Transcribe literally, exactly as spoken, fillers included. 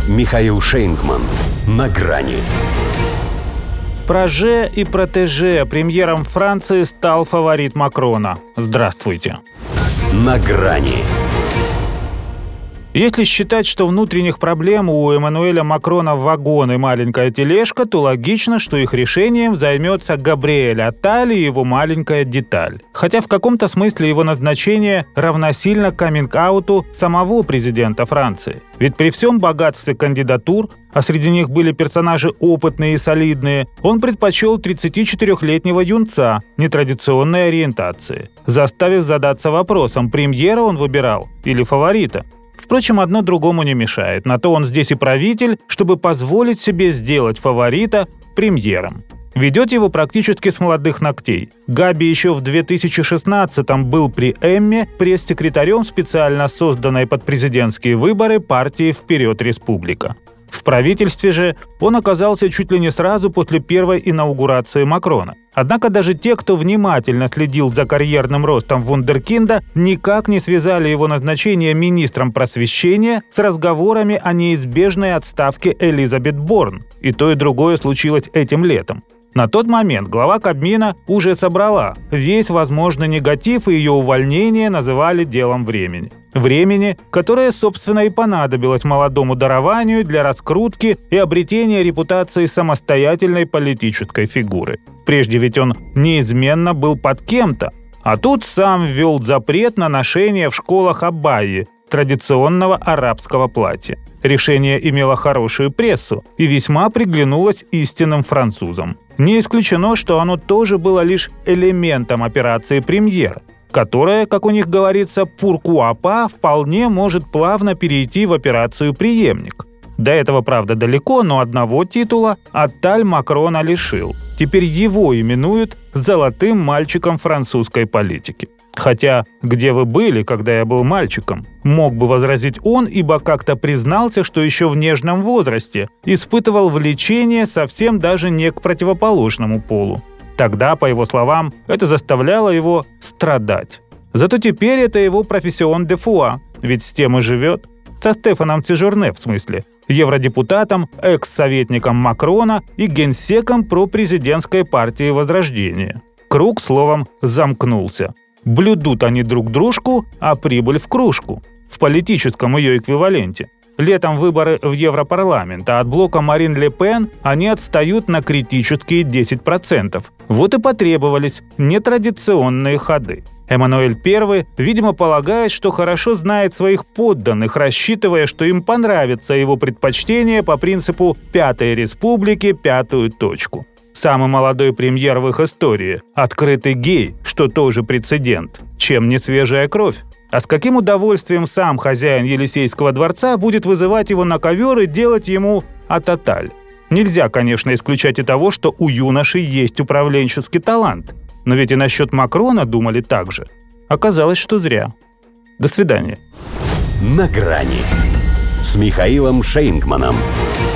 Михаил Шейнгман. На грани. Проже и протеже. Премьером Франции стал фаворит Макрона. Здравствуйте. На грани. Если считать, что внутренних проблем у Эммануэля Макрона вагон и маленькая тележка, то логично, что их решением займется Габриэль Атталь и его маленькая деталь. Хотя в каком-то смысле его назначение равносильно каминг-ауту самого президента Франции. Ведь при всем богатстве кандидатур, а среди них были персонажи опытные и солидные, он предпочел тридцатичетырёхлетнего юнца нетрадиционной ориентации, заставив задаться вопросом, премьера он выбирал или фаворита. Впрочем, одно другому не мешает. На то он здесь и правитель, чтобы позволить себе сделать фаворита премьером. Ведет его практически с молодых ногтей. Габи еще в две тысячи шестнадцатом был при Эмме пресс-секретарем специально созданной под президентские выборы партии «Вперед, Республика». В правительстве же он оказался чуть ли не сразу после первой инаугурации Макрона. Однако даже те, кто внимательно следил за карьерным ростом вундеркинда, никак не связали его назначение министром просвещения с разговорами о неизбежной отставке Элизабет Борн. И то, и другое случилось этим летом. На тот момент глава Кабмина уже собрала весь возможный негатив, и ее увольнение называли делом времени. Времени, которое, собственно, и понадобилось молодому дарованию для раскрутки и обретения репутации самостоятельной политической фигуры. Прежде ведь он неизменно был под кем-то, а тут сам ввел запрет на ношение в школах абайи, традиционного арабского платья. Решение имело хорошую прессу и весьма приглянулось истинным французам. Не исключено, что оно тоже было лишь элементом операции премьера, которая, как у них говорится, пуркуа-па, вполне может плавно перейти в операцию преемник. До этого, правда, далеко, но одного титула Атталь Макрона лишил. Теперь его именуют «золотым мальчиком французской политики». Хотя, где вы были, когда я был мальчиком? Мог бы возразить он, ибо как-то признался, что еще в нежном возрасте испытывал влечение совсем даже не к противоположному полу. Тогда, по его словам, это заставляло его страдать. Зато теперь это его профессион де фуа, ведь с тем и живет. Со Стефаном Сежурне, в смысле. Евродепутатом, экс-советником Макрона и генсеком пропрезидентской партии Возрождения. Круг, словом, замкнулся. Блюдут они друг дружку, а прибыль в кружку. В политическом ее эквиваленте. Летом выборы в Европарламент, а от блока Марин Ле Пен они отстают на критические десять процентов. Вот и потребовались нетрадиционные ходы. Эммануэль Первый, видимо, полагает, что хорошо знает своих подданных, рассчитывая, что им понравится его предпочтение по принципу «пятой республики, пятую точку». Самый молодой премьер в их истории – открытый гей, что тоже прецедент. Чем не свежая кровь? А с каким удовольствием сам хозяин Елисейского дворца будет вызывать его на ковер и делать ему ататаль? Нельзя, конечно, исключать и того, что у юноши есть управленческий талант. Но ведь и насчет Макрона думали так же. Оказалось, что зря. До свидания. На грани с Михаилом Шейнгманом.